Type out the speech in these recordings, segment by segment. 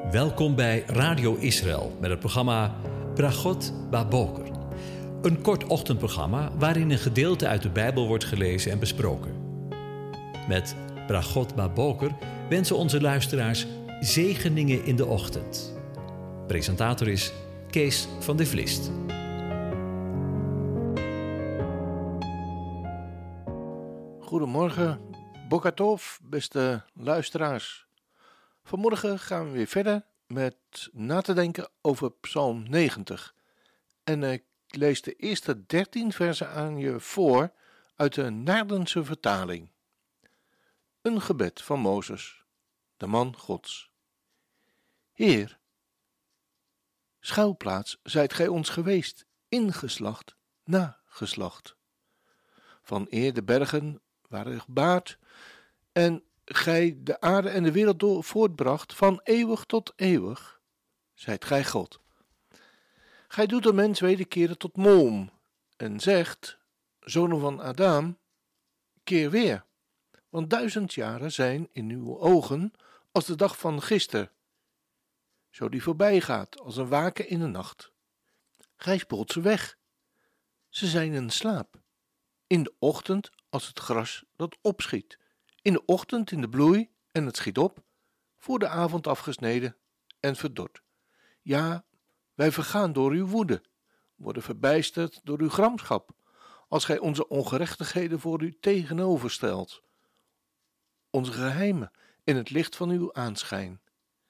Welkom bij Radio Israël met het programma Bragot Baboker. Een kort ochtendprogramma waarin een gedeelte uit de Bijbel wordt gelezen en besproken. Met Bragot Baboker wensen onze luisteraars zegeningen in de ochtend. Presentator is Kees van de Vlist. Goedemorgen, Boker Tov, beste luisteraars. Vanmorgen gaan we weer verder met na te denken over Psalm 90. En ik lees de eerste 13 versen aan je voor uit de Naardense vertaling. Een gebed van Mozes, de man Gods. Heer, schuilplaats zijt gij ons geweest, in geslacht na geslacht. Van eer de bergen waren gebaard en gij de aarde en de wereld door voortbracht, van eeuwig tot eeuwig, zijt gij God. Gij doet de mens wederkeren tot moom en zegt, zonen van Adam, keer weer, want 1000 jaren zijn in uw ogen als de dag van gister, zo die voorbij gaat als een waken in de nacht. Gij spoelt ze weg, ze zijn in slaap, in de ochtend als het gras dat opschiet, in de ochtend in de bloei en het schiet op, voor de avond afgesneden en verdord. Ja, wij vergaan door uw woede, worden verbijsterd door uw gramschap, als gij onze ongerechtigheden voor u tegenoverstelt, onze geheimen in het licht van uw aanschijn.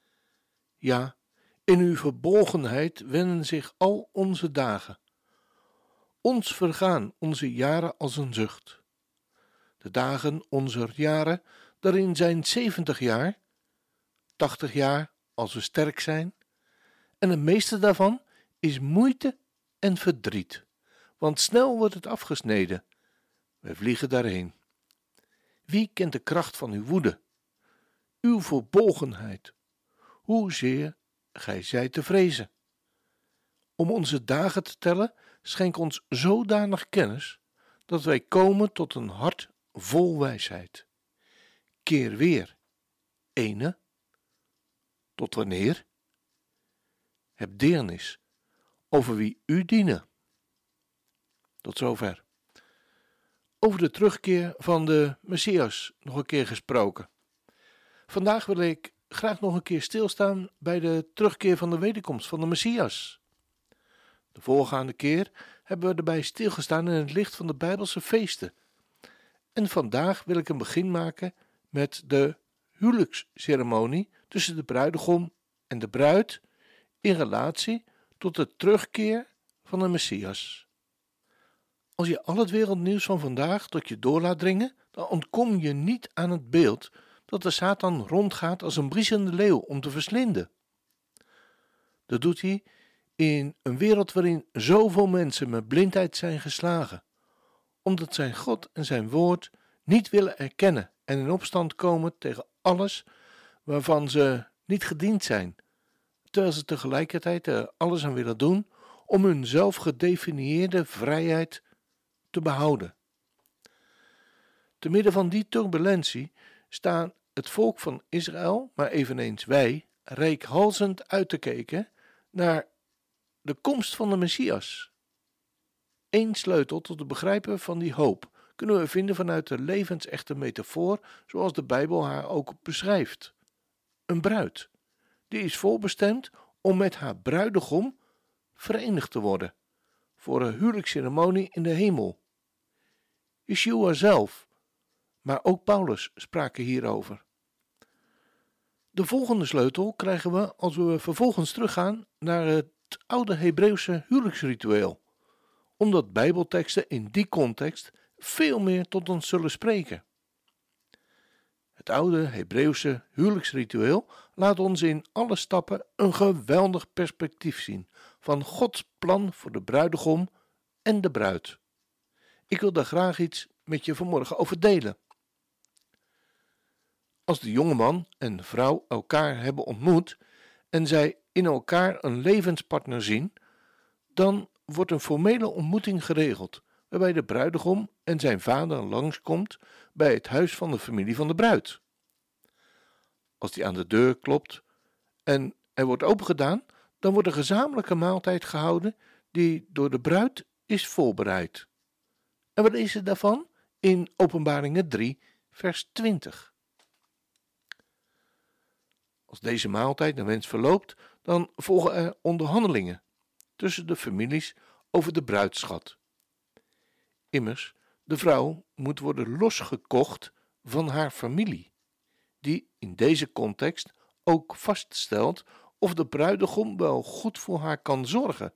Ja, in uw verbolgenheid wenden zich al onze dagen. Ons vergaan onze jaren als een zucht. De dagen onzer jaren, daarin zijn 70 jaar, 80 jaar als we sterk zijn, en het meeste daarvan is moeite en verdriet, want snel wordt het afgesneden, wij vliegen daarheen. Wie kent de kracht van uw woede, uw verbolgenheid, hoezeer gij zijt te vrezen? Om onze dagen te tellen, schenk ons zodanig kennis, dat wij komen tot een hart vol wijsheid. Keer weer, ene, tot wanneer? Heb deernis over wie u dienen. Tot zover. Over de terugkeer van de Messias nog een keer gesproken. Vandaag wil ik graag nog een keer stilstaan bij de terugkeer van de wederkomst van de Messias. De voorgaande keer hebben we erbij stilgestaan in het licht van de Bijbelse feesten. En vandaag wil ik een begin maken met de huwelijksceremonie tussen de bruidegom en de bruid in relatie tot de terugkeer van de Messias. Als je al het wereldnieuws van vandaag tot je door laat dringen, dan ontkom je niet aan het beeld dat de Satan rondgaat als een briesende leeuw om te verslinden. Dat doet hij in een wereld waarin zoveel mensen met blindheid zijn geslagen, omdat zij God en zijn woord niet willen erkennen en in opstand komen tegen alles waarvan ze niet gediend zijn, terwijl ze tegelijkertijd er alles aan willen doen om hun zelf gedefinieerde vrijheid te behouden. Te midden van die turbulentie staan het volk van Israël, maar eveneens wij, reikhalzend uit te kijken naar de komst van de Messias. Eén sleutel tot het begrijpen van die hoop kunnen we vinden vanuit de levensechte metafoor zoals de Bijbel haar ook beschrijft. Een bruid, die is voorbestemd om met haar bruidegom verenigd te worden voor een huwelijksceremonie in de hemel. Yeshua zelf, maar ook Paulus spraken hierover. De volgende sleutel krijgen we als we vervolgens teruggaan naar het oude Hebreeuwse huwelijksritueel, omdat Bijbelteksten in die context veel meer tot ons zullen spreken. Het oude Hebreeuwse huwelijksritueel laat ons in alle stappen een geweldig perspectief zien van Gods plan voor de bruidegom en de bruid. Ik wil daar graag iets met je vanmorgen over delen. Als de jongeman en vrouw elkaar hebben ontmoet en zij in elkaar een levenspartner zien, dan wordt een formele ontmoeting geregeld, waarbij de bruidegom en zijn vader langskomt bij het huis van de familie van de bruid. Als die aan de deur klopt en er wordt opengedaan, dan wordt een gezamenlijke maaltijd gehouden die door de bruid is voorbereid. En wat is er daarvan? In Openbaringen 3, vers 20. Als deze maaltijd naar wens verloopt, dan volgen er onderhandelingen tussen de families over de bruidsschat. Immers, de vrouw moet worden losgekocht van haar familie, die in deze context ook vaststelt of de bruidegom wel goed voor haar kan zorgen.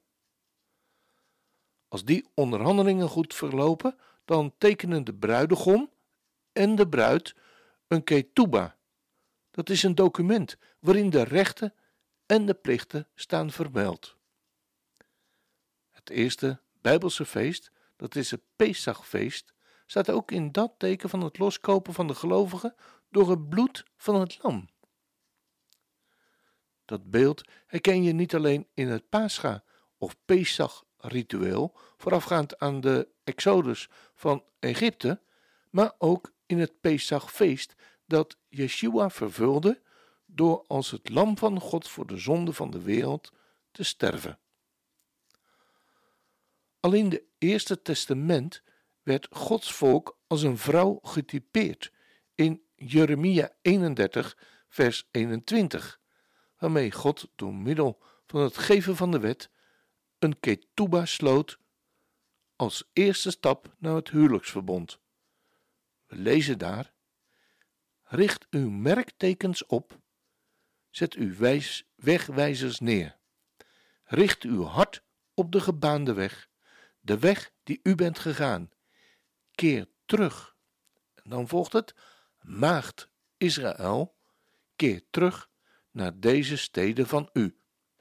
Als die onderhandelingen goed verlopen, dan tekenen de bruidegom en de bruid een ketubah. Dat is een document waarin de rechten en de plichten staan vermeld. Het eerste Bijbelse feest, dat is het Pesachfeest, staat ook in dat teken van het loskopen van de gelovigen door het bloed van het lam. Dat beeld herken je niet alleen in het Pascha of Pesach-ritueel voorafgaand aan de Exodus van Egypte, maar ook in het Pesachfeest dat Yeshua vervulde door als het lam van God voor de zonde van de wereld te sterven. Al in het Eerste Testament werd Gods volk als een vrouw getypeerd in Jeremia 31, vers 21, waarmee God door middel van het geven van de wet een ketubah sloot als eerste stap naar het huwelijksverbond. We lezen daar: richt uw merktekens op, zet uw wegwijzers neer, richt uw hart op de gebaande weg, de weg die u bent gegaan, keer terug. En dan volgt het: maagd Israël, keer terug naar deze steden van u.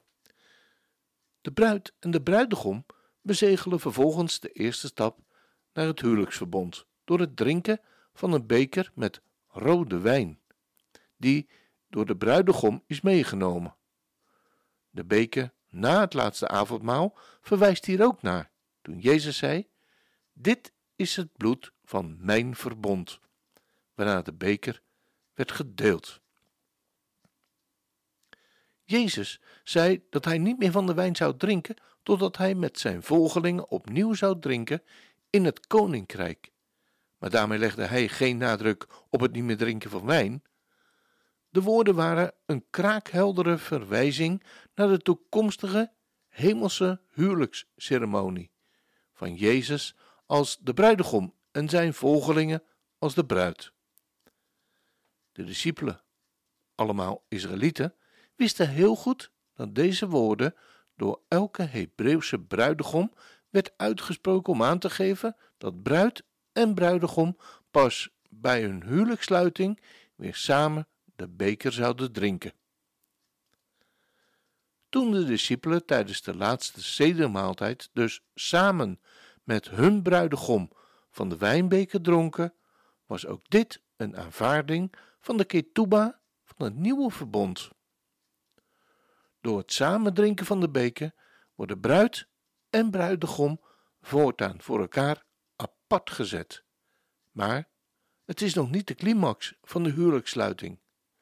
De bruid en de bruidegom bezegelen vervolgens de eerste stap naar het huwelijksverbond door het drinken van een beker met rode wijn, die door de bruidegom is meegenomen. De beker na het laatste avondmaal verwijst hier ook naar, toen Jezus zei: dit is het bloed van mijn verbond, waarna de beker werd gedeeld. Jezus zei dat hij niet meer van de wijn zou drinken, totdat hij met zijn volgelingen opnieuw zou drinken in het koninkrijk. Maar daarmee legde hij geen nadruk op het niet meer drinken van wijn. De woorden waren een kraakheldere verwijzing naar de toekomstige hemelse huwelijksceremonie van Jezus als de bruidegom en zijn volgelingen als de bruid. De discipelen, allemaal Israëlieten, wisten heel goed dat deze woorden door elke Hebreeuwse bruidegom werd uitgesproken om aan te geven dat bruid en bruidegom pas bij hun huwelijkssluiting weer samen de beker zouden drinken. Toen de discipelen tijdens de laatste sedermaaltijd dus samen met hun bruidegom van de wijnbeker dronken, was ook dit een aanvaarding van de ketubah van het nieuwe verbond. Door het samen drinken van de beker worden bruid en bruidegom voortaan voor elkaar apart gezet. Maar het is nog niet de climax van de huwelijkssluiting.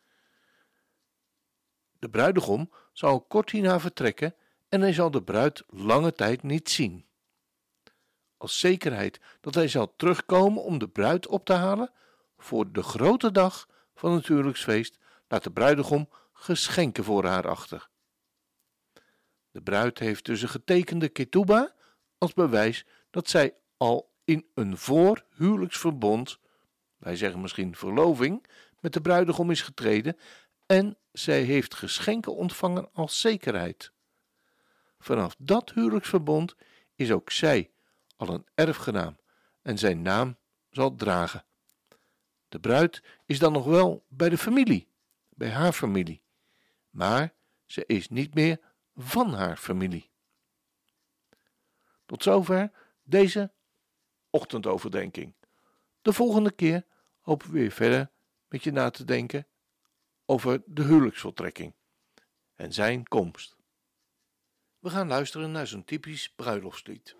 De bruidegom zal kort hierna vertrekken en hij zal de bruid lange tijd niet zien. Als zekerheid dat hij zal terugkomen om de bruid op te halen, voor de grote dag van het huwelijksfeest laat de bruidegom geschenken voor haar achter. De bruid heeft dus een getekende ketubah als bewijs dat zij al in een voorhuwelijksverbond, wij zeggen misschien verloving, met de bruidegom is getreden en zij heeft geschenken ontvangen als zekerheid. Vanaf dat huwelijksverbond is ook zij al een erfgenaam en zijn naam zal dragen. De bruid is dan nog wel bij de familie, bij haar familie, maar ze is niet meer van haar familie. Tot zover deze ochtendoverdenking. De volgende keer hopen we weer verder met je na te denken over de huwelijksvoltrekking en zijn komst. We gaan luisteren naar zo'n typisch bruiloftslied.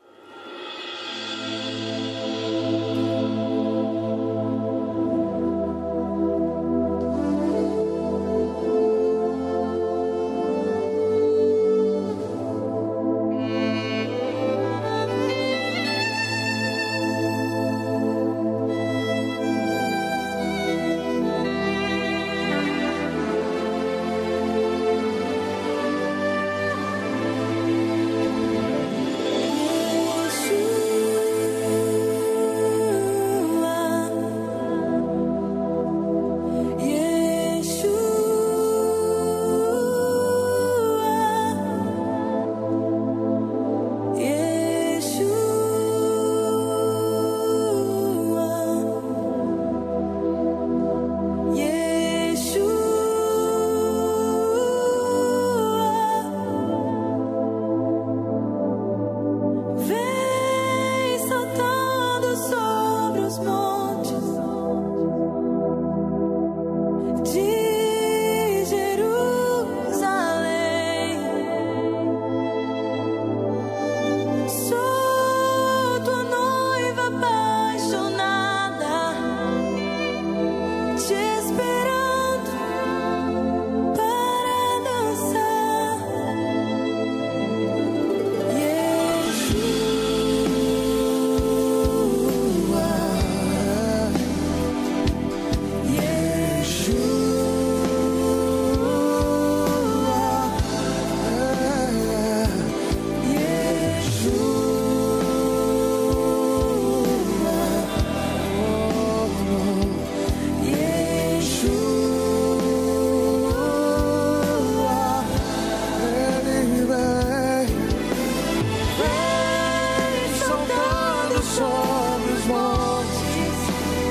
sobre os montes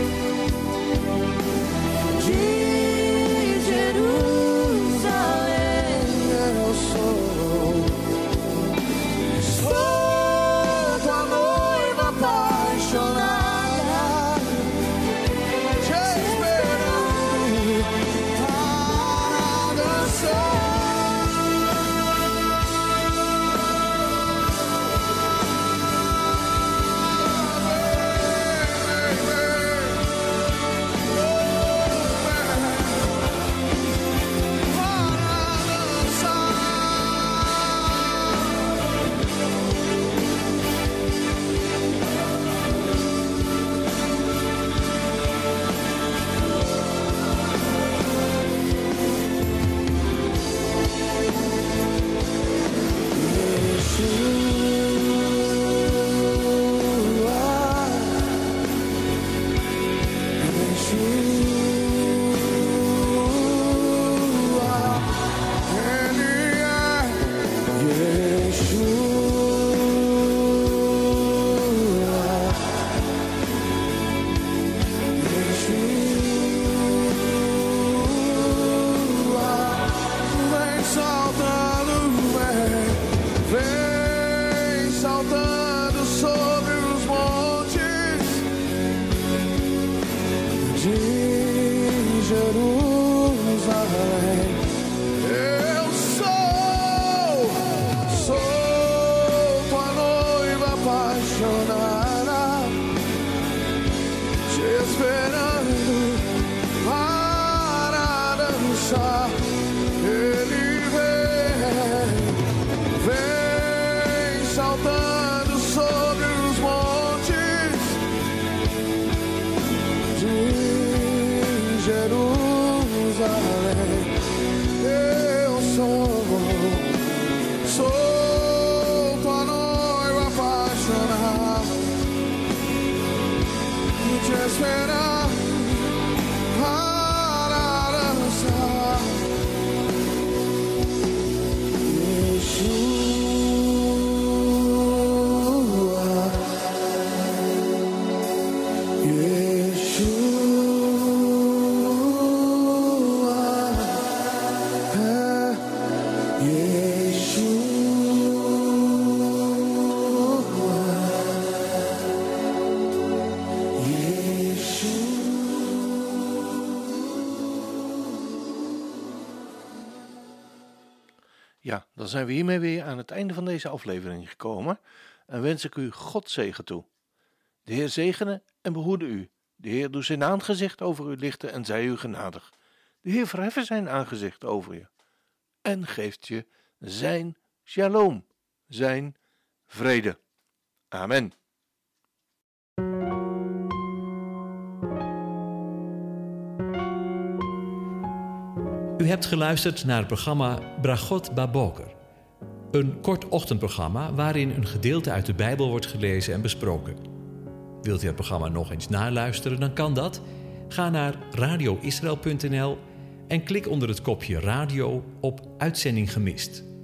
de Jerusalém eu sou tua noiva apaixonada, te esperando para dançar. Ja, dan zijn we hiermee weer aan het einde van deze aflevering gekomen en wens ik u God zegen toe. De Heer zegene en behoede u. De Heer doet zijn aangezicht over u lichten en zij u genadig. De Heer verheffen zijn aangezicht over je en geeft je zijn shalom, zijn vrede. Amen. U hebt geluisterd naar het programma Bragot Baboker. Een kort ochtendprogramma waarin een gedeelte uit de Bijbel wordt gelezen en besproken. Wilt u het programma nog eens naluisteren, dan kan dat. Ga naar radioisrael.nl en klik onder het kopje radio op Uitzending gemist.